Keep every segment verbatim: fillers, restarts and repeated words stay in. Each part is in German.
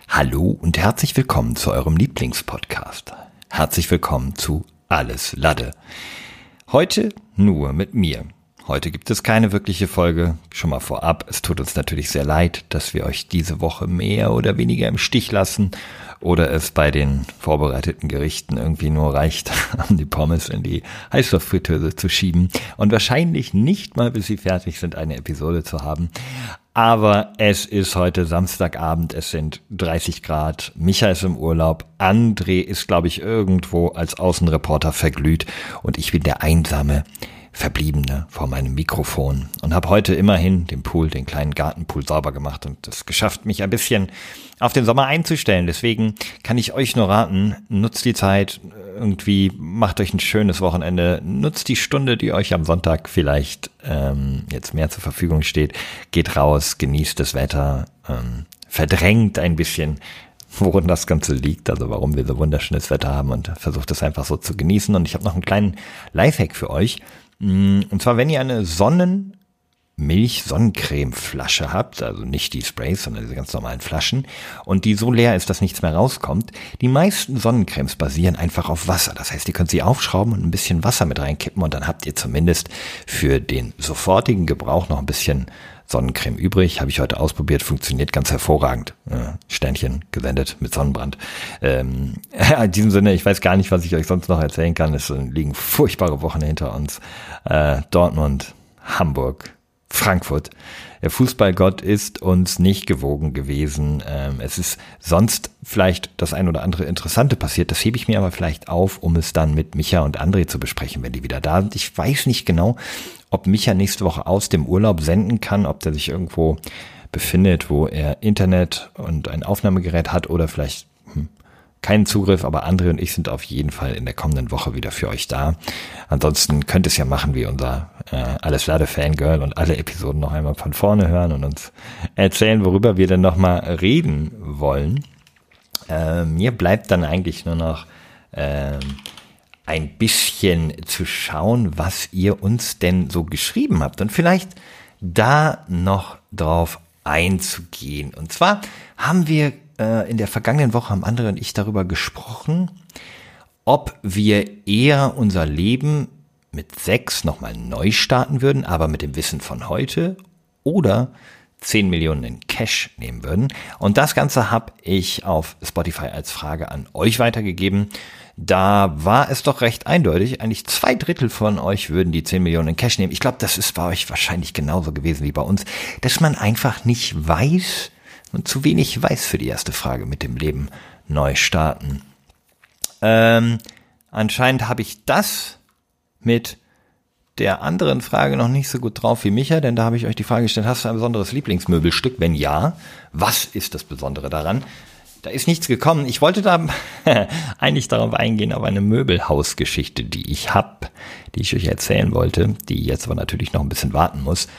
Hallo und herzlich willkommen zu eurem Lieblingspodcast. Herzlich willkommen zu Alles Lade. Heute nur mit mir. Heute gibt es keine wirkliche Folge. Schon mal vorab, es tut uns natürlich sehr leid, dass wir euch diese Woche mehr oder weniger im Stich lassen oder es bei den vorbereiteten Gerichten irgendwie nur reicht, um die Pommes in die Heißluftfritteuse zu schieben und wahrscheinlich nicht mal, bis sie fertig sind, eine Episode zu haben. Aber es ist heute Samstagabend, es sind dreißig Grad, Micha ist im Urlaub, André ist, glaube ich, irgendwo als Außenreporter verglüht und ich bin der einsame Verbliebene vor meinem Mikrofon und habe heute immerhin den Pool, den kleinen Gartenpool sauber gemacht und es geschafft, mich ein bisschen auf den Sommer einzustellen. Deswegen kann ich euch nur raten, nutzt die Zeit irgendwie, macht euch ein schönes Wochenende, nutzt die Stunde, die euch am Sonntag vielleicht ähm, jetzt mehr zur Verfügung steht, geht raus, genießt das Wetter, ähm, verdrängt ein bisschen, worin das Ganze liegt, also warum wir so wunderschönes Wetter haben und versucht es einfach so zu genießen. Und ich habe noch einen kleinen Lifehack für euch. Und zwar, wenn ihr eine Sonnenmilch-Sonnencreme-Flasche habt, also nicht die Sprays, sondern diese ganz normalen Flaschen, und die so leer ist, dass nichts mehr rauskommt, die meisten Sonnencremes basieren einfach auf Wasser. Das heißt, ihr könnt sie aufschrauben und ein bisschen Wasser mit reinkippen und dann habt ihr zumindest für den sofortigen Gebrauch noch ein bisschen Sonnencreme übrig. Habe ich heute ausprobiert, funktioniert ganz hervorragend. Äh, Sternchen gesendet mit Sonnenbrand. Ähm, in diesem Sinne, ich weiß gar nicht, was ich euch sonst noch erzählen kann. Es liegen furchtbare Wochen hinter uns. Äh, Dortmund, Hamburg, Frankfurt. Der Fußballgott ist uns nicht gewogen gewesen. Ähm, es ist sonst vielleicht das ein oder andere Interessante passiert. Das hebe ich mir aber vielleicht auf, um es dann mit Micha und André zu besprechen, wenn die wieder da sind. Ich weiß nicht genau, ob Micha nächste Woche aus dem Urlaub senden kann, ob der sich irgendwo befindet, wo er Internet und ein Aufnahmegerät hat oder vielleicht hm, keinen Zugriff, aber André und ich sind auf jeden Fall in der kommenden Woche wieder für euch da. Ansonsten könnt ihr es ja machen wie unser äh, Alles Lade Fangirl und alle Episoden noch einmal von vorne hören und uns erzählen, worüber wir denn nochmal reden wollen. Äh, mir bleibt dann eigentlich nur noch äh, ein bisschen zu schauen, was ihr uns denn so geschrieben habt und vielleicht da noch drauf einzugehen. Und zwar haben wir äh, in der vergangenen Woche, haben André und ich darüber gesprochen, ob wir eher unser Leben mit sechs nochmal neu starten würden, aber mit dem Wissen von heute, oder zehn Millionen in Cash nehmen würden. Und das Ganze habe ich auf Spotify als Frage an euch weitergegeben. Da war es doch recht eindeutig. Eigentlich zwei Drittel von euch würden die zehn Millionen in Cash nehmen. Ich glaube, das ist bei euch wahrscheinlich genauso gewesen wie bei uns, dass man einfach nicht weiß und zu wenig weiß für die erste Frage mit dem Leben neu starten. Ähm, anscheinend habe ich das mit der anderen Frage noch nicht so gut drauf wie Micha, denn da habe ich euch die Frage gestellt, hast du ein besonderes Lieblingsmöbelstück? Wenn ja, was ist das Besondere daran? Da ist nichts gekommen. Ich wollte da eigentlich darauf eingehen, auf eine Möbelhausgeschichte, die ich habe, die ich euch erzählen wollte, die jetzt aber natürlich noch ein bisschen warten muss.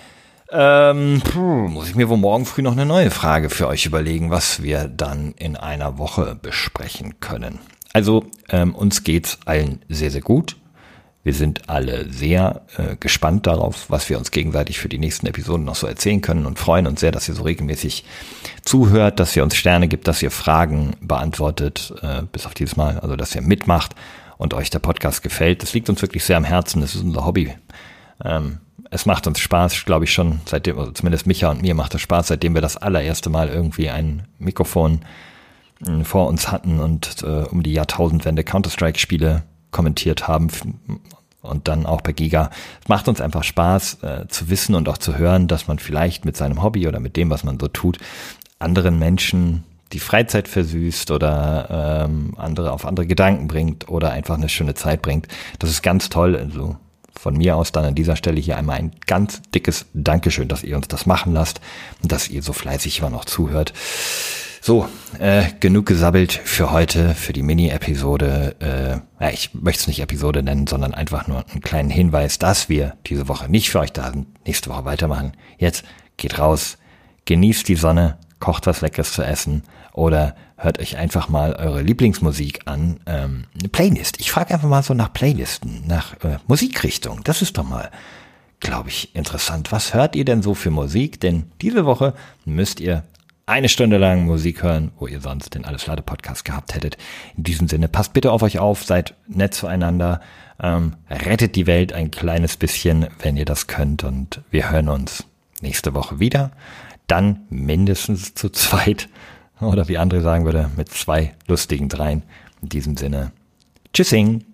Ähm, puh, muss ich mir wohl morgen früh noch eine neue Frage für euch überlegen, was wir dann in einer Woche besprechen können. Also ähm, uns geht's allen sehr, sehr gut. Wir sind alle sehr äh, gespannt darauf, was wir uns gegenseitig für die nächsten Episoden noch so erzählen können und freuen uns sehr, dass ihr so regelmäßig zuhört, dass ihr uns Sterne gibt, dass ihr Fragen beantwortet, äh, bis auf dieses Mal, also dass ihr mitmacht und euch der Podcast gefällt. Das liegt uns wirklich sehr am Herzen, das ist unser Hobby. Ähm, es macht uns Spaß, glaube ich schon, seitdem, also zumindest Micha und mir macht es Spaß, seitdem wir das allererste Mal irgendwie ein Mikrofon äh, vor uns hatten und äh, um die Jahrtausendwende Counter-Strike-Spiele kommentiert haben und dann auch bei Giga. Es macht uns einfach Spaß äh, zu wissen und auch zu hören, dass man vielleicht mit seinem Hobby oder mit dem, was man so tut, anderen Menschen die Freizeit versüßt oder ähm, andere auf andere Gedanken bringt oder einfach eine schöne Zeit bringt. Das ist ganz toll. Also von mir aus dann an dieser Stelle hier einmal ein ganz dickes Dankeschön, dass ihr uns das machen lasst und dass ihr so fleißig immer noch zuhört. So, äh, genug gesabbelt für heute, für die Mini-Episode. Äh, ja, ich möchte es nicht Episode nennen, sondern einfach nur einen kleinen Hinweis, dass wir diese Woche nicht für euch da sind, nächste Woche weitermachen. Jetzt geht raus, genießt die Sonne, kocht was Leckeres zu essen oder hört euch einfach mal eure Lieblingsmusik an. Ähm, eine Playlist. Ich frage einfach mal so nach Playlisten, nach äh, Musikrichtung. Das ist doch mal, glaube ich, interessant. Was hört ihr denn so für Musik? Denn diese Woche müsst ihr eine Stunde lang Musik hören, wo ihr sonst den Alles Lade Podcast gehabt hättet. In diesem Sinne, passt bitte auf euch auf, seid nett zueinander, ähm, rettet die Welt ein kleines bisschen, wenn ihr das könnt, und wir hören uns nächste Woche wieder. Dann mindestens zu zweit, oder wie André sagen würde, mit zwei lustigen Dreien. In diesem Sinne, tschüssing!